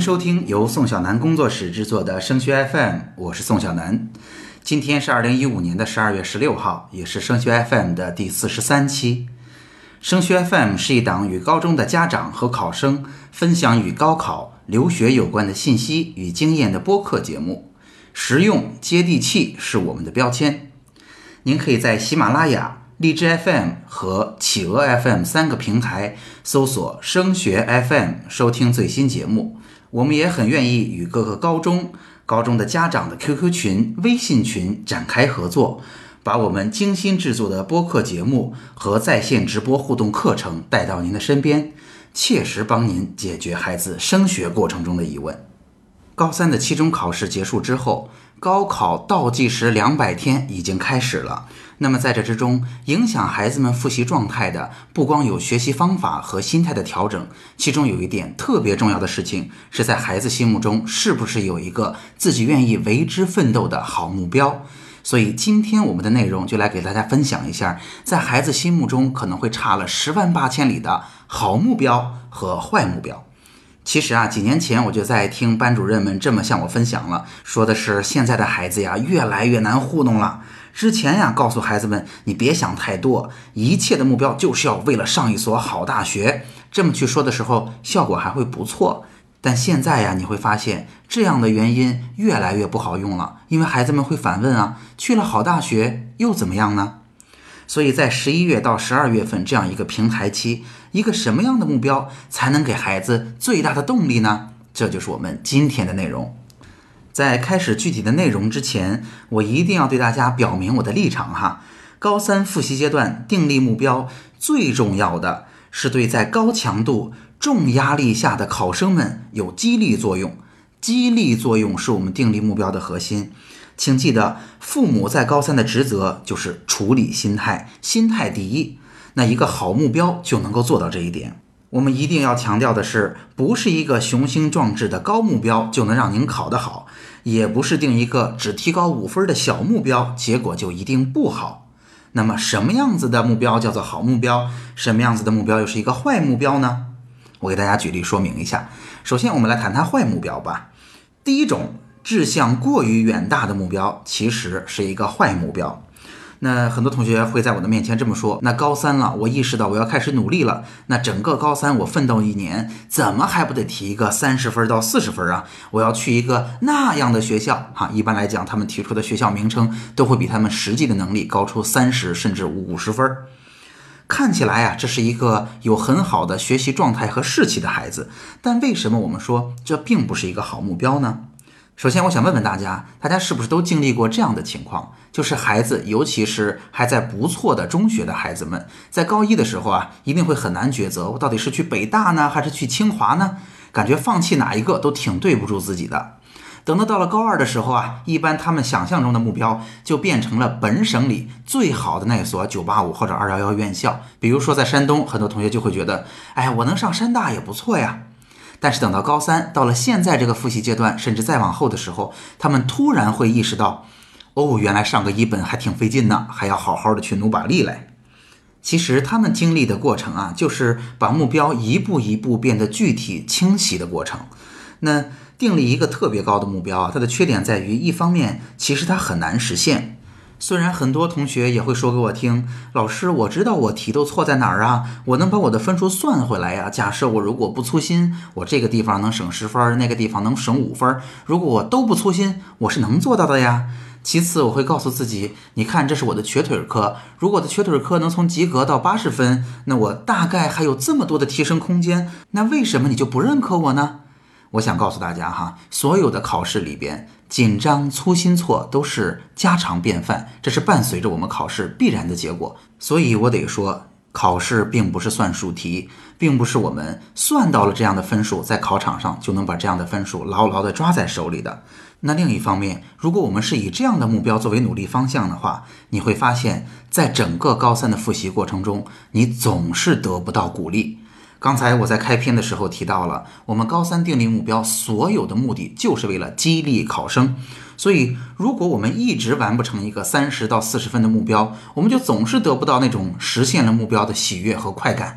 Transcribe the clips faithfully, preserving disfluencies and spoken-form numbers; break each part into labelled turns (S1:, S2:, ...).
S1: 收听由宋小南工作室制作的升学 F M， 我是宋小南。今天是二零一五年的十二月十六号，也是升学 F M 的第四十三期。升学 F M 是一档与高中的家长和考生分享与高考、留学有关的信息与经验的播客节目，实用接地气是我们的标签。您可以在喜马拉雅、荔枝 F M 和企鹅 F M 三个平台搜索升学 F M 收听最新节目。我们也很愿意与各个高中、高中的家长的 Q Q 群、微信群展开合作，把我们精心制作的播客节目和在线直播互动课程带到您的身边，切实帮您解决孩子升学过程中的疑问。高三的期中考试结束之后，高考倒计时两百天已经开始了。那么在这之中，影响孩子们复习状态的不光有学习方法和心态的调整，其中有一点特别重要的事情，是在孩子心目中是不是有一个自己愿意为之奋斗的好目标。所以今天我们的内容就来给大家分享一下，在孩子心目中可能会差了十万八千里的好目标和坏目标。其实啊，几年前我就在听班主任们这么向我分享了，说的是现在的孩子呀越来越难糊弄了。之前呀告诉孩子们，你别想太多，一切的目标就是要为了上一所好大学。这么去说的时候，效果还会不错。但现在呀，你会发现这样的原因越来越不好用了，因为孩子们会反问啊，去了好大学又怎么样呢？所以在十一月到十二月份这样一个平台期，一个什么样的目标才能给孩子最大的动力呢？这就是我们今天的内容。在开始具体的内容之前，我一定要对大家表明我的立场哈。高三复习阶段订立目标，最重要的是对在高强度、重压力下的考生们有激励作用。激励作用是我们订立目标的核心。请记得，父母在高三的职责就是处理心态，心态第一。那一个好目标就能够做到这一点。我们一定要强调的是，不是一个雄心壮志的高目标就能让您考得好，也不是定一个只提高五分的小目标，结果就一定不好。那么什么样子的目标叫做好目标？什么样子的目标又是一个坏目标呢？我给大家举例说明一下。首先我们来谈谈坏目标吧。第一种，志向过于远大的目标其实是一个坏目标。那很多同学会在我的面前这么说，那高三了，我意识到我要开始努力了，那整个高三我奋斗一年，怎么还不得提一个三十分到四十分啊？我要去一个那样的学校哈。一般来讲，他们提出的学校名称都会比他们实际的能力高出三十甚至五十分。看起来啊，这是一个有很好的学习状态和士气的孩子，但为什么我们说这并不是一个好目标呢？首先我想问问大家，大家是不是都经历过这样的情况，就是孩子，尤其是还在不错的中学的孩子们，在高一的时候啊，一定会很难抉择，我到底是去北大呢，还是去清华呢？感觉放弃哪一个都挺对不住自己的。等到到了高二的时候啊，一般他们想象中的目标就变成了本省里最好的那所九八五或者二一一院校。比如说在山东，很多同学就会觉得，哎，我能上山大也不错呀。但是等到高三，到了现在这个复习阶段，甚至再往后的时候，他们突然会意识到，哦，原来上个一本还挺费劲呢，还要好好的去努把力来。其实他们经历的过程啊，就是把目标一步一步变得具体清晰的过程。那定立一个特别高的目标啊，它的缺点在于，一方面其实它很难实现。虽然很多同学也会说给我听，老师，我知道我题都错在哪儿啊，我能把我的分数算回来呀。假设我如果不粗心，我这个地方能省十分，那个地方能省五分，如果我都不粗心，我是能做到的呀。其次我会告诉自己，你看这是我的瘸腿科，如果我的瘸腿科能从及格到八十分，那我大概还有这么多的提升空间，那为什么你就不认可我呢？我想告诉大家哈，所有的考试里边，紧张、粗心错都是家常便饭，这是伴随着我们考试必然的结果。所以我得说，考试并不是算术题，并不是我们算到了这样的分数，在考场上就能把这样的分数牢牢地抓在手里的。那另一方面，如果我们是以这样的目标作为努力方向的话，你会发现在整个高三的复习过程中，你总是得不到鼓励。刚才我在开篇的时候提到了，我们高三订立目标所有的目的就是为了激励考生。所以如果我们一直完不成一个三十到四十分的目标，我们就总是得不到那种实现了目标的喜悦和快感。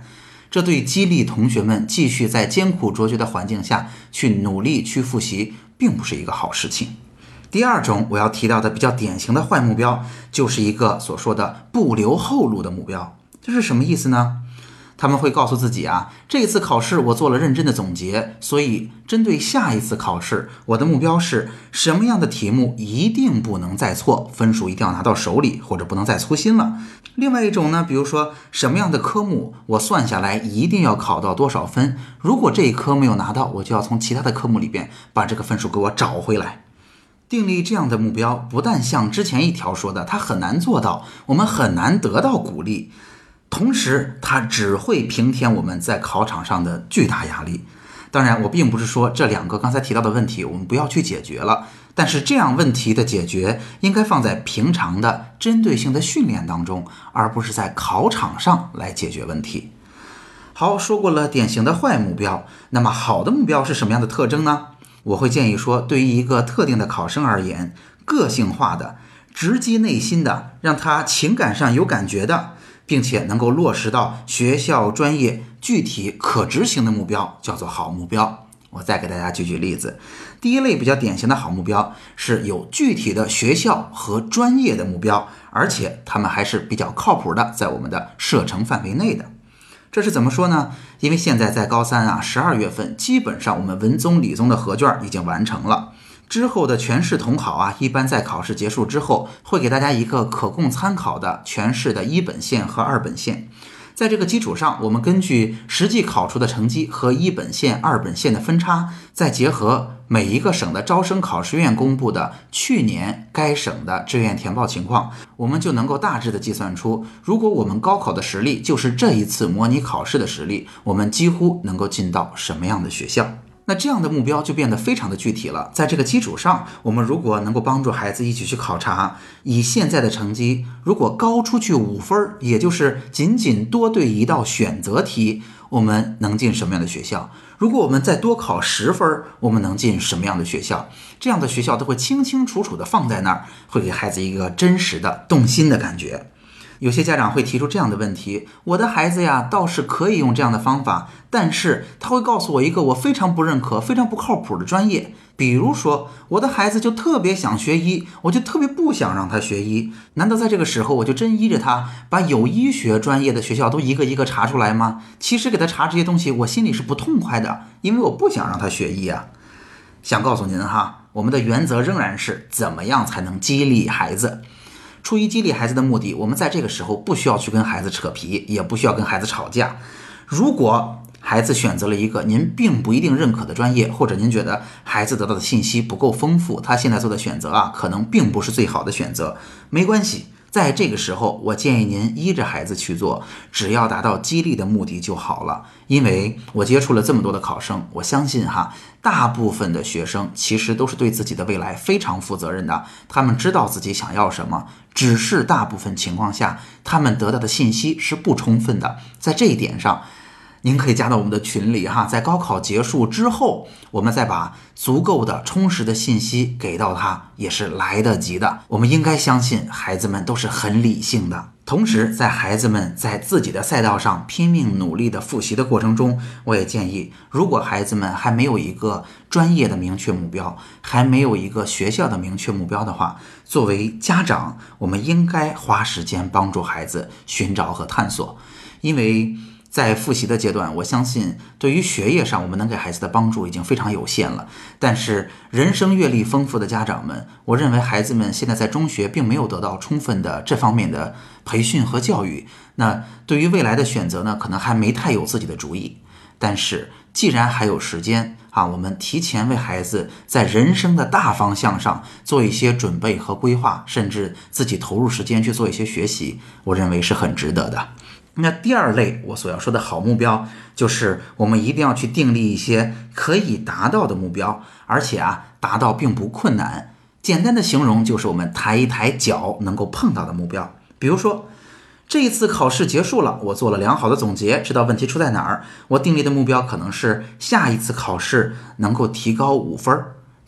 S1: 这对激励同学们继续在艰苦卓绝的环境下去努力去复习，并不是一个好事情。第二种我要提到的比较典型的坏目标，就是一个所说的不留后路的目标。这是什么意思呢？他们会告诉自己啊，这次考试我做了认真的总结，所以针对下一次考试，我的目标是什么样的题目一定不能再错，分数一定要拿到手里，或者不能再粗心了。另外一种呢，比如说什么样的科目我算下来一定要考到多少分，如果这一科没有拿到，我就要从其他的科目里边把这个分数给我找回来。订立这样的目标，不但像之前一条说的它很难做到，我们很难得到鼓励，同时它只会平添我们在考场上的巨大压力。当然我并不是说这两个刚才提到的问题我们不要去解决了，但是这样问题的解决应该放在平常的针对性的训练当中，而不是在考场上来解决问题。好，说过了典型的坏目标，那么好的目标是什么样的特征呢？我会建议说，对于一个特定的考生而言，个性化的、直击内心的，让他情感上有感觉的，并且能够落实到学校专业具体可执行的目标，叫做好目标。我再给大家举举例子。第一类比较典型的好目标是有具体的学校和专业的目标，而且他们还是比较靠谱的，在我们的射程范围内的。这是怎么说呢？因为现在在高三啊，十二月份基本上我们文综理综的合卷已经完成了，之后的全市统考啊，一般在考试结束之后会给大家一个可供参考的全市的一本线和二本线。在这个基础上，我们根据实际考出的成绩和一本线、二本线的分差，再结合每一个省的招生考试院公布的去年该省的志愿填报情况，我们就能够大致的计算出，如果我们高考的实力就是这一次模拟考试的实力，我们几乎能够进到什么样的学校。那这样的目标就变得非常的具体了。在这个基础上，我们如果能够帮助孩子一起去考察，以现在的成绩，如果高出去五分，也就是仅仅多对一道选择题，我们能进什么样的学校？如果我们再多考十分，我们能进什么样的学校？这样的学校都会清清楚楚的放在那儿，会给孩子一个真实的动心的感觉。有些家长会提出这样的问题，我的孩子呀倒是可以用这样的方法，但是他会告诉我一个我非常不认可、非常不靠谱的专业。比如说我的孩子就特别想学医，我就特别不想让他学医，难道在这个时候我就真依着他把有医学专业的学校都一个一个查出来吗？其实给他查这些东西我心里是不痛快的，因为我不想让他学医啊。想告诉您哈，我们的原则仍然是怎么样才能激励孩子。出于激励孩子的目的，我们在这个时候不需要去跟孩子扯皮，也不需要跟孩子吵架。如果孩子选择了一个您并不一定认可的专业，或者您觉得孩子得到的信息不够丰富，他现在做的选择啊，可能并不是最好的选择，没关系。在这个时候，我建议您依着孩子去做，只要达到激励的目的就好了。因为我接触了这么多的考生，我相信哈，大部分的学生其实都是对自己的未来非常负责任的，他们知道自己想要什么，只是大部分情况下，他们得到的信息是不充分的。在这一点上，您可以加到我们的群里哈，在高考结束之后，我们再把足够的充实的信息给到他，也是来得及的。我们应该相信孩子们都是很理性的。同时在孩子们在自己的赛道上拼命努力的复习的过程中，我也建议，如果孩子们还没有一个专业的明确目标，还没有一个学校的明确目标的话，作为家长，我们应该花时间帮助孩子寻找和探索。因为在复习的阶段，我相信对于学业上我们能给孩子的帮助已经非常有限了，但是人生阅历丰富的家长们，我认为孩子们现在在中学并没有得到充分的这方面的培训和教育，那对于未来的选择呢，可能还没太有自己的主意。但是既然还有时间啊，我们提前为孩子在人生的大方向上做一些准备和规划，甚至自己投入时间去做一些学习，我认为是很值得的。那第二类我所要说的好目标，就是我们一定要去订立一些可以达到的目标，而且啊，达到并不困难。简单的形容就是我们抬一抬脚能够碰到的目标。比如说，这一次考试结束了，我做了良好的总结，知道问题出在哪儿。我订立的目标可能是下一次考试能够提高五分，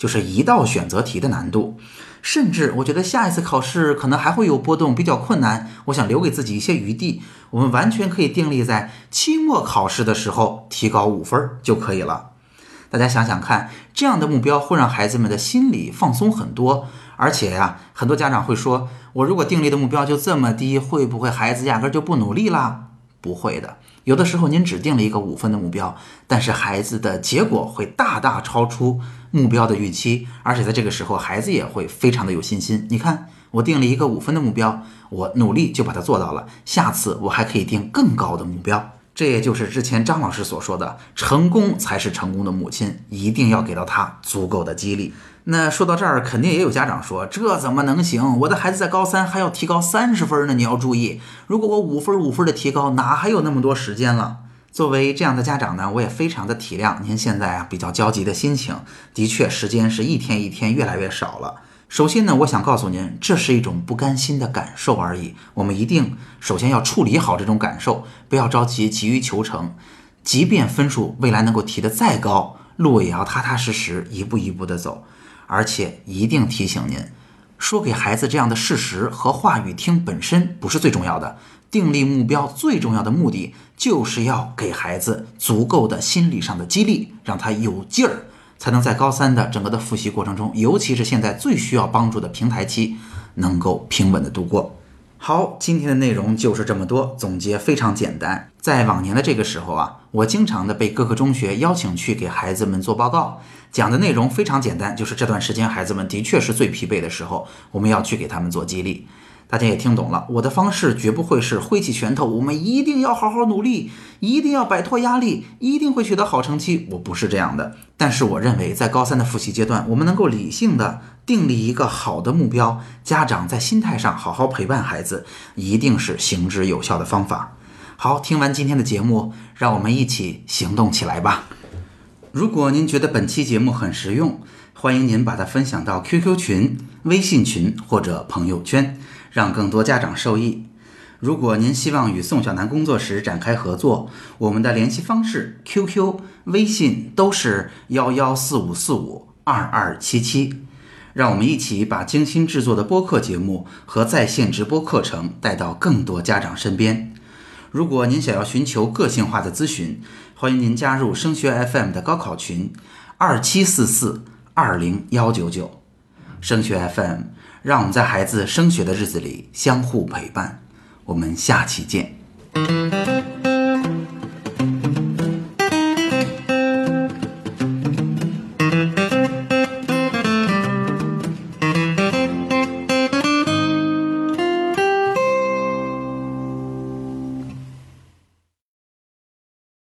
S1: 就是一道选择题的难度。甚至我觉得下一次考试可能还会有波动，比较困难，我想留给自己一些余地，我们完全可以定立在期末考试的时候提高五分就可以了。大家想想看，这样的目标会让孩子们的心理放松很多。而且呀、啊，很多家长会说，我如果定立的目标就这么低，会不会孩子压根就不努力啦？不会的，有的时候您只定了一个五分的目标，但是孩子的结果会大大超出目标的预期，而且在这个时候孩子也会非常的有信心。你看，我定了一个五分的目标，我努力就把它做到了，下次我还可以定更高的目标。这也就是之前张老师所说的，成功才是成功的母亲，一定要给到他足够的激励。那说到这儿，肯定也有家长说，这怎么能行？我的孩子在高三还要提高三十分呢，你要注意，如果我五分五分的提高，哪还有那么多时间了？作为这样的家长呢，我也非常的体谅您现在啊比较焦急的心情，的确时间是一天一天越来越少了。首先呢，我想告诉您，这是一种不甘心的感受而已。我们一定首先要处理好这种感受，不要着急急于求成。即便分数未来能够提得再高，路也要踏踏实实一步一步的走。而且一定提醒您，说给孩子这样的事实和话语听本身不是最重要的，订立目标最重要的目的就是要给孩子足够的心理上的激励，让他有劲儿，才能在高三的整个的复习过程中，尤其是现在最需要帮助的平台期，能够平稳的度过。好，今天的内容就是这么多，总结非常简单。在往年的这个时候啊，我经常的被各个中学邀请去给孩子们做报告，讲的内容非常简单，就是这段时间孩子们的确是最疲惫的时候，我们要去给他们做激励。大家也听懂了，我的方式绝不会是挥起拳头，我们一定要好好努力，一定要摆脱压力，一定会取得好成绩，我不是这样的。但是我认为在高三的复习阶段，我们能够理性的订立一个好的目标，家长在心态上好好陪伴孩子，一定是行之有效的方法。好，听完今天的节目，让我们一起行动起来吧。如果您觉得本期节目很实用，欢迎您把它分享到 Q Q 群、微信群或者朋友圈，让更多家长受益。如果您希望与宋小南工作室展开合作，我们的联系方式 Q Q、微信都是幺幺四五四五二二七七。让我们一起把精心制作的播客节目和在线直播课程带到更多家长身边。如果您想要寻求个性化的咨询，欢迎您加入升学 F M 的高考群二七四四二零一九九。升学 F M， 让我们在孩子升学的日子里相互陪伴。我们下期见。